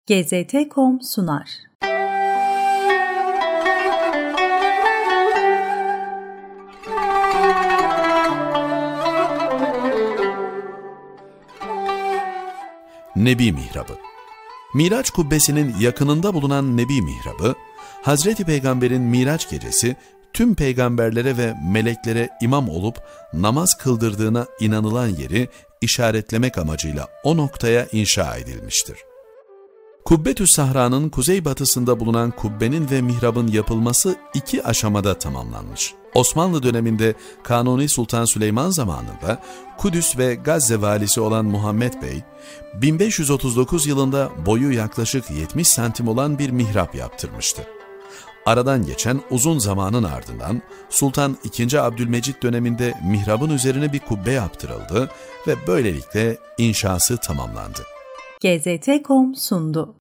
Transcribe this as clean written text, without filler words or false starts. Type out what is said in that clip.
GZT.com sunar. Nebi Mihrabı. Miraç kubbesinin yakınında bulunan Nebi Mihrabı, Hazreti Peygamber'in Miraç gecesi tüm peygamberlere ve meleklere imam olup namaz kıldırdığına inanılan yeri işaretlemek amacıyla o noktaya inşa edilmiştir. Kubbetü's Sahra'nın kuzeybatısında bulunan kubbenin ve mihrabın yapılması 2 aşamada tamamlanmış. Osmanlı döneminde Kanuni Sultan Süleyman zamanında Kudüs ve Gazze valisi olan Muhammed Bey, 1539 yılında boyu yaklaşık 70 santim olan bir mihrap yaptırmıştı. Aradan geçen uzun zamanın ardından Sultan II. Abdülmecit döneminde mihrabın üzerine bir kubbe yaptırıldı ve böylelikle inşası tamamlandı. GZT.com sundu.